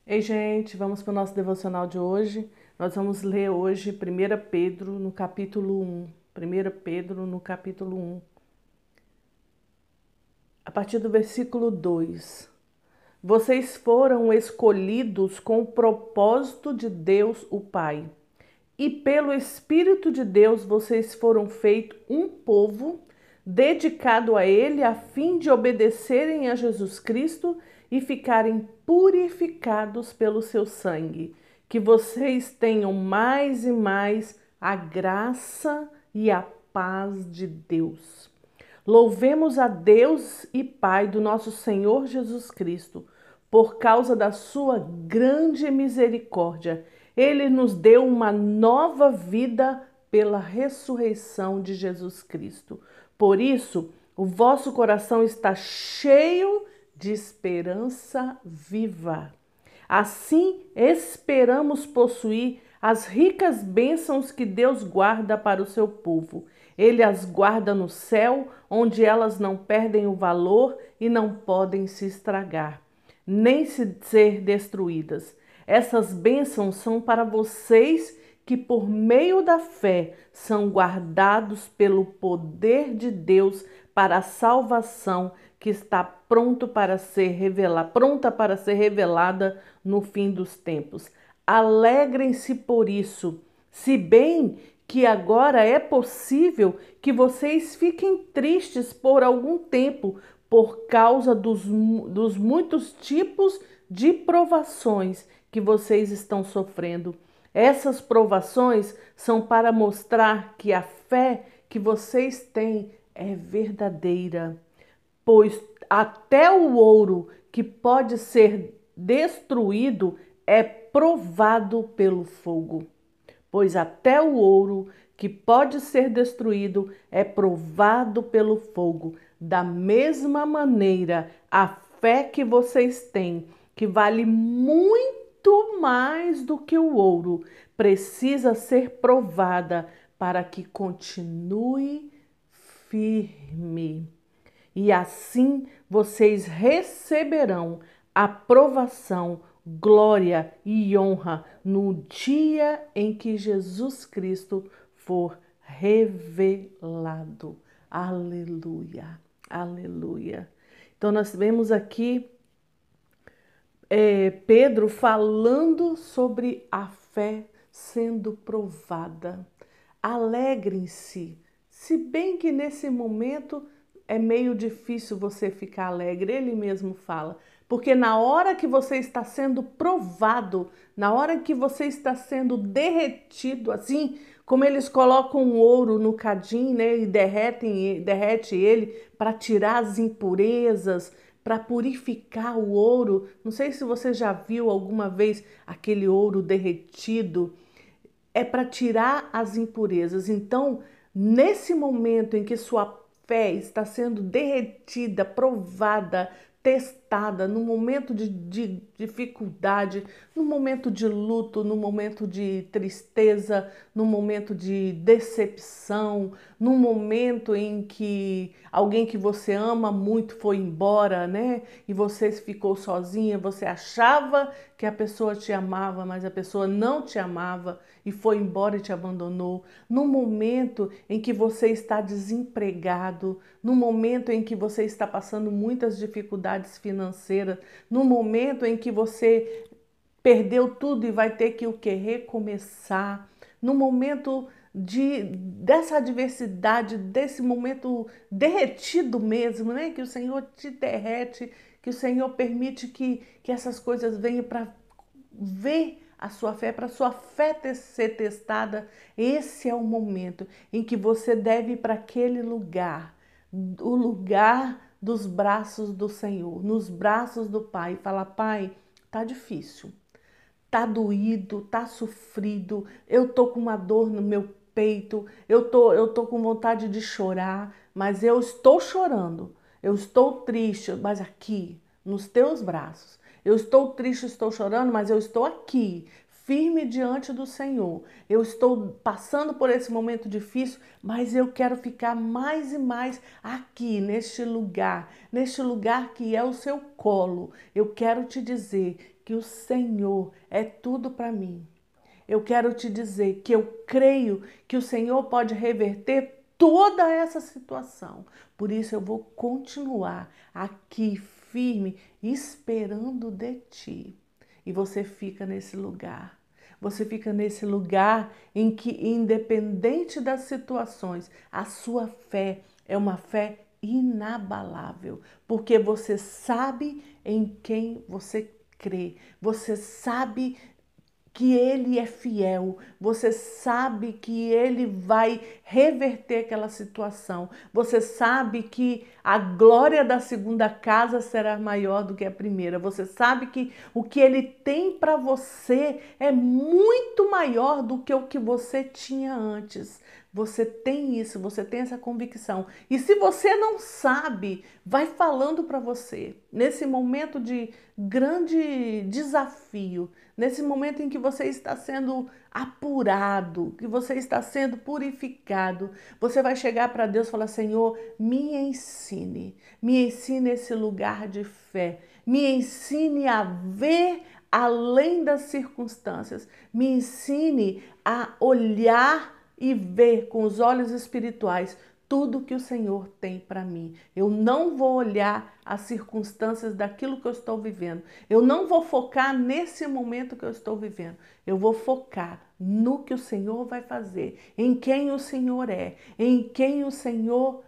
Ei, gente, vamos para o nosso devocional de hoje. Nós vamos ler hoje 1 Pedro no capítulo 1. 1 Pedro no capítulo 1, a partir do versículo 2. Vocês foram escolhidos com o propósito de Deus, o Pai. E pelo Espírito de Deus vocês foram feitos um povo dedicado a Ele, a fim de obedecerem a Jesus Cristo e ficarem purificados pelo seu sangue. Que vocês tenham mais e mais a graça e a paz de Deus. Louvemos a Deus e Pai do nosso Senhor Jesus Cristo, por causa da sua grande misericórdia. Ele nos deu uma nova vida pela ressurreição de Jesus Cristo. Por isso, o vosso coração está cheio de esperança viva. Assim, esperamos possuir as ricas bênçãos que Deus guarda para o seu povo. Ele as guarda no céu, onde elas não perdem o valor e não podem se estragar, nem ser destruídas. Essas bênçãos são para vocês que, por meio da fé, são guardados pelo poder de Deus para a salvação que está pronta para ser revelada no fim dos tempos. Alegrem-se por isso, se bem que agora é possível que vocês fiquem tristes por algum tempo por causa dos muitos tipos de provações que vocês estão sofrendo. Essas provações são para mostrar que a fé que vocês têm é verdadeira, pois até o ouro que pode ser destruído é provado pelo fogo. Pois até o ouro que pode ser destruído é provado pelo fogo. Da mesma maneira, a fé que vocês têm, que vale muito mais do que o ouro, precisa ser provada para que continue firme. E assim vocês receberão aprovação, glória e honra no dia em que Jesus Cristo for revelado. Aleluia, aleluia. Então nós vemos aqui Pedro falando sobre a fé sendo provada. Alegrem-se, se bem que nesse momento é meio difícil você ficar alegre, ele mesmo fala, porque na hora que você está sendo provado, na hora que você está sendo derretido, assim como eles colocam ouro no cadim, né, e derrete ele para tirar as impurezas, para purificar o ouro. Não sei se você já viu alguma vez aquele ouro derretido. É para tirar as impurezas. Então, nesse momento em que sua fé está sendo derretida, provada, testada, no momento de dificuldade, no momento de luto, no momento de tristeza, no momento de decepção, no momento em que alguém que você ama muito foi embora, né? E você ficou sozinha, você achava que a pessoa te amava, mas a pessoa não te amava e foi embora e te abandonou. No momento em que você está desempregado, no momento em que você está passando muitas dificuldades financeiras, no momento em que você perdeu tudo e vai ter que o que recomeçar, no momento dessa adversidade, desse momento derretido mesmo, né? Que o Senhor te derrete, que o Senhor permite que essas coisas venham para ver a sua fé, para a sua fé ser testada. Esse é o momento em que você deve ir para aquele lugar, o lugar dos braços do Senhor, nos braços do Pai, e falar: Pai, tá difícil, tá doído, tá sofrido, eu tô com uma dor no meu peito, eu tô com vontade de chorar, mas eu estou chorando, eu estou triste, mas aqui, nos teus braços. Eu estou triste, estou chorando, mas eu estou aqui, firme diante do Senhor. Eu estou passando por esse momento difícil, mas eu quero ficar mais e mais aqui, neste lugar que é o seu colo. Eu quero te dizer que o Senhor é tudo para mim. Eu quero te dizer que eu creio que o Senhor pode reverter toda essa situação. Por isso eu vou continuar aqui firme, esperando de ti. E você fica nesse lugar. Você fica nesse lugar em que, independente das situações, a sua fé é uma fé inabalável, porque você sabe em quem você crê. Você sabe que Ele é fiel, você sabe que Ele vai reverter aquela situação, você sabe que a glória da segunda casa será maior do que a primeira, você sabe que o que Ele tem para você é muito maior do que o que você tinha antes. Você tem isso, você tem essa convicção. E se você não sabe, vai falando para você. Nesse momento de grande desafio, nesse momento em que você está sendo apurado, que você está sendo purificado, você vai chegar para Deus e falar: Senhor, me ensine esse lugar de fé, me ensine a ver além das circunstâncias, me ensine a olhar e ver com os olhos espirituais tudo que o Senhor tem para mim. Eu não vou olhar as circunstâncias daquilo que eu estou vivendo. Eu não vou focar nesse momento que eu estou vivendo. Eu vou focar no que o Senhor vai fazer, em quem o Senhor é, em quem o Senhor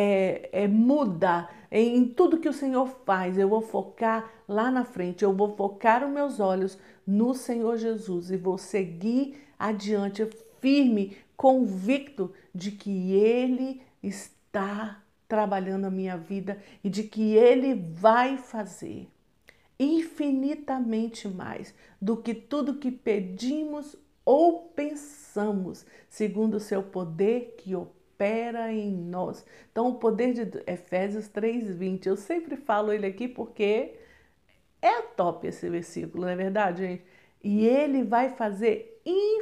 muda, em tudo que o Senhor faz. Eu vou focar lá na frente. Eu vou focar os meus olhos no Senhor Jesus e vou seguir adiante firme, convicto de que Ele está trabalhando a minha vida e de que Ele vai fazer infinitamente mais do que tudo que pedimos ou pensamos, segundo o seu poder que opera em nós. Então, o poder de Efésios 3:20, eu sempre falo ele aqui porque é top esse versículo, não é verdade, gente? E ele vai fazer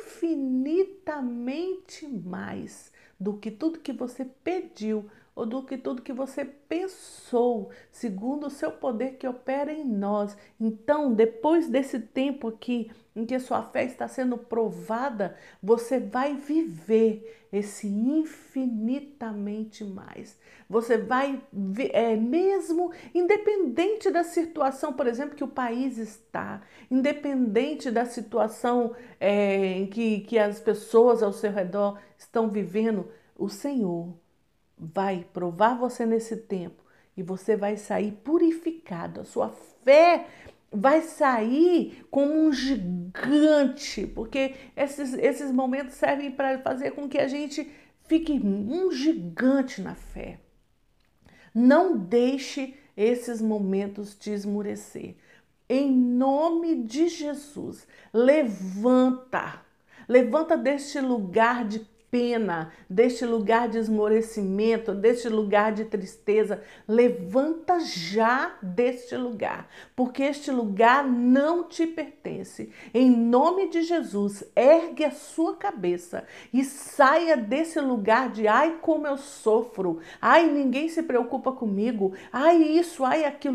infinitamente mais do que tudo que você pediu ou do que tudo que você pensou, segundo o seu poder que opera em nós. Então, depois desse tempo aqui em que sua fé está sendo provada, você vai viver esse infinitamente mais. Você vai, mesmo independente da situação, por exemplo, que o país está, independente da situação em que as pessoas ao seu redor estão vivendo, o Senhor vai provar você nesse tempo e você vai sair purificado. A sua fé vai sair como um gigante, porque esses momentos servem para fazer com que a gente fique um gigante na fé. Não deixe esses momentos te esmurecer. Em nome de Jesus, levanta. Levanta deste lugar de pena, deste lugar de esmorecimento, deste lugar de tristeza. Levanta já deste lugar, porque este lugar não te pertence. Em nome de Jesus, ergue a sua cabeça e saia desse lugar de ai como eu sofro, ai ninguém se preocupa comigo, ai isso, ai aquilo.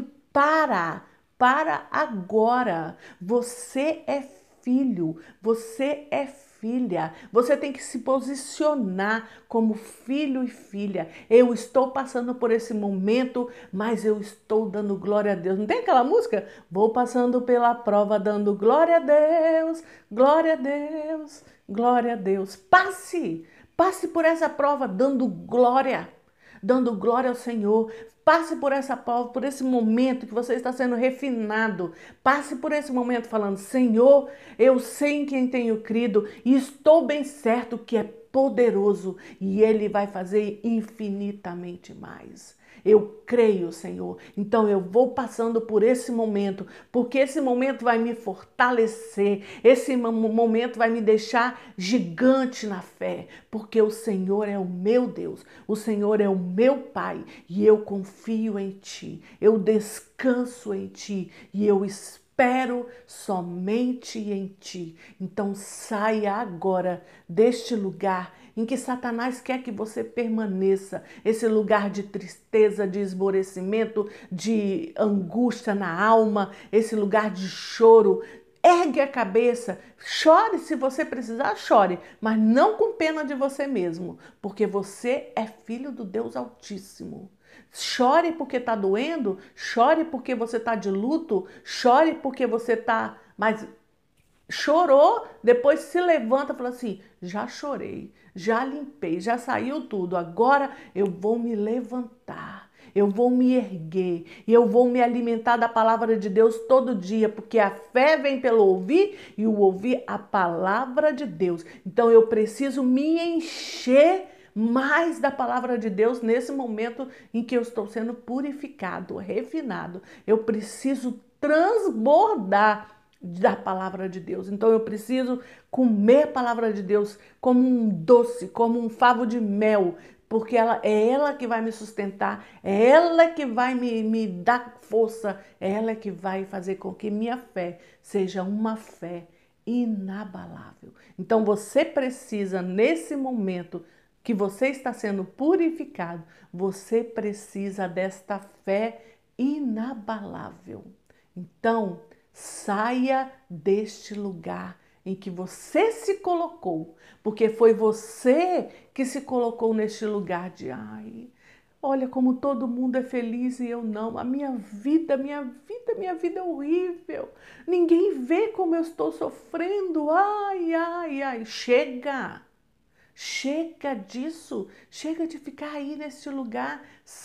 Para agora. Você é filho, você é filha. Você tem que se posicionar como filho e filha. Eu estou passando por esse momento, mas eu estou dando glória a Deus. Não tem aquela música? Vou passando pela prova dando glória a Deus, glória a Deus, glória a Deus. Passe por essa prova dando glória ao Senhor. Passe por essa prova, por esse momento que você está sendo refinado. Passe por esse momento falando: Senhor, eu sei em quem tenho crido e estou bem certo que é poderoso e Ele vai fazer infinitamente mais. Eu creio, Senhor. Então eu vou passando por esse momento, porque esse momento vai me fortalecer, esse momento vai me deixar gigante na fé, porque o Senhor é o meu Deus, o Senhor é o meu Pai e eu confio em Ti, eu descanso em Ti e eu espero espero somente em ti. Então saia agora deste lugar em que Satanás quer que você permaneça, esse lugar de tristeza, de esmorecimento, de angústia na alma, esse lugar de choro. Ergue a cabeça, chore se você precisar, chore, mas não com pena de você mesmo, porque você é filho do Deus Altíssimo. Chore porque está doendo, chore porque você está de luto, chore porque você está... Mas chorou, depois se levanta e fala assim, já chorei, já limpei, já saiu tudo, agora eu vou me levantar. Eu vou me erguer e eu vou me alimentar da palavra de Deus todo dia, porque a fé vem pelo ouvir e o ouvir a palavra de Deus. Então eu preciso me encher mais da palavra de Deus nesse momento em que eu estou sendo purificado, refinado. Eu preciso transbordar da palavra de Deus. Então eu preciso comer a palavra de Deus como um doce, como um favo de mel, porque é ela que vai me sustentar, é ela que vai me dar força, é ela que vai fazer com que minha fé seja uma fé inabalável. Então você precisa, nesse momento que você está sendo purificado, você precisa desta fé inabalável. Então, saia deste lugar em que você se colocou, porque foi você que se colocou neste lugar de ai, olha como todo mundo é feliz e eu não. A minha vida é horrível. Ninguém vê como eu estou sofrendo. Ai, ai, ai. Chega! Chega disso, chega de ficar aí neste lugar,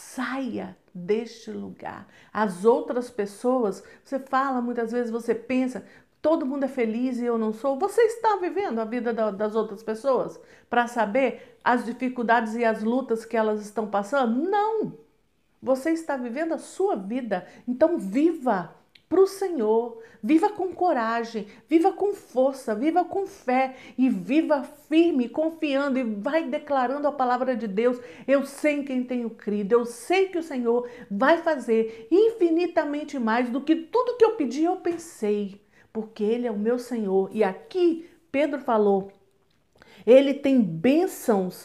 saia deste lugar. As outras pessoas, você fala, muitas vezes você pensa, todo mundo é feliz e eu não sou. Você está vivendo a vida das outras pessoas para saber as dificuldades e as lutas que elas estão passando? Não! Você está vivendo a sua vida, então viva para o Senhor, viva com coragem, viva com força, viva com fé e viva firme, confiando e vai declarando a palavra de Deus. Eu sei em quem tenho crido, eu sei que o Senhor vai fazer infinitamente mais do que tudo que eu pedi eu pensei, porque Ele é o meu Senhor. E aqui Pedro falou, Ele tem bênçãos.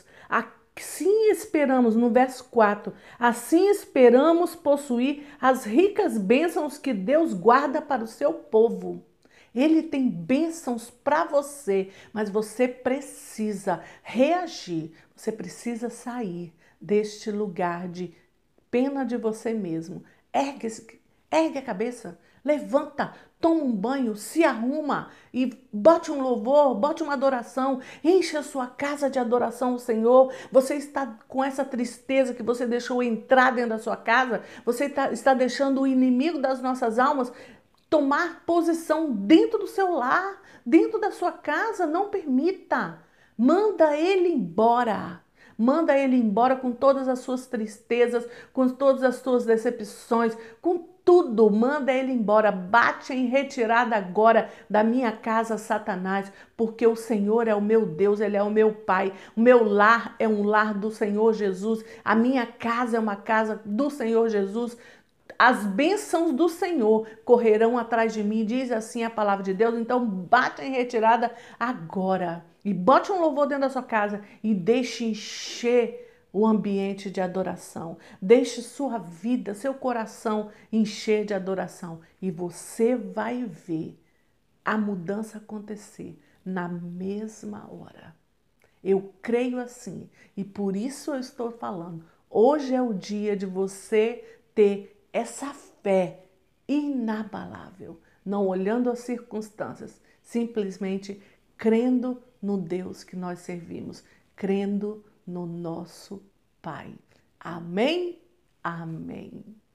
Assim esperamos, no verso 4, assim esperamos possuir as ricas bênçãos que Deus guarda para o seu povo. Ele tem bênçãos para você, mas você precisa reagir, você precisa sair deste lugar de pena de você mesmo. Ergue a cabeça, levanta, toma um banho, se arruma e bote um louvor, bote uma adoração, enche a sua casa de adoração ao Senhor. Você está com essa tristeza que você deixou entrar dentro da sua casa, você está deixando o inimigo das nossas almas tomar posição dentro do seu lar, dentro da sua casa. Não permita, manda ele embora. Manda ele embora com todas as suas tristezas, com todas as suas decepções, com tudo. Manda ele embora. Bate em retirada agora da minha casa, Satanás, porque o Senhor é o meu Deus, Ele é o meu Pai. O meu lar é um lar do Senhor Jesus. A minha casa é uma casa do Senhor Jesus. As bênçãos do Senhor correrão atrás de mim, diz assim a palavra de Deus. Então bate em retirada agora e bote um louvor dentro da sua casa e deixe encher o ambiente de adoração. Deixe sua vida, seu coração encher de adoração e você vai ver a mudança acontecer na mesma hora. Eu creio assim e por isso eu estou falando. Hoje é o dia de você ter essa fé inabalável, não olhando as circunstâncias, simplesmente crendo no Deus que nós servimos, crendo no nosso Pai. Amém? Amém.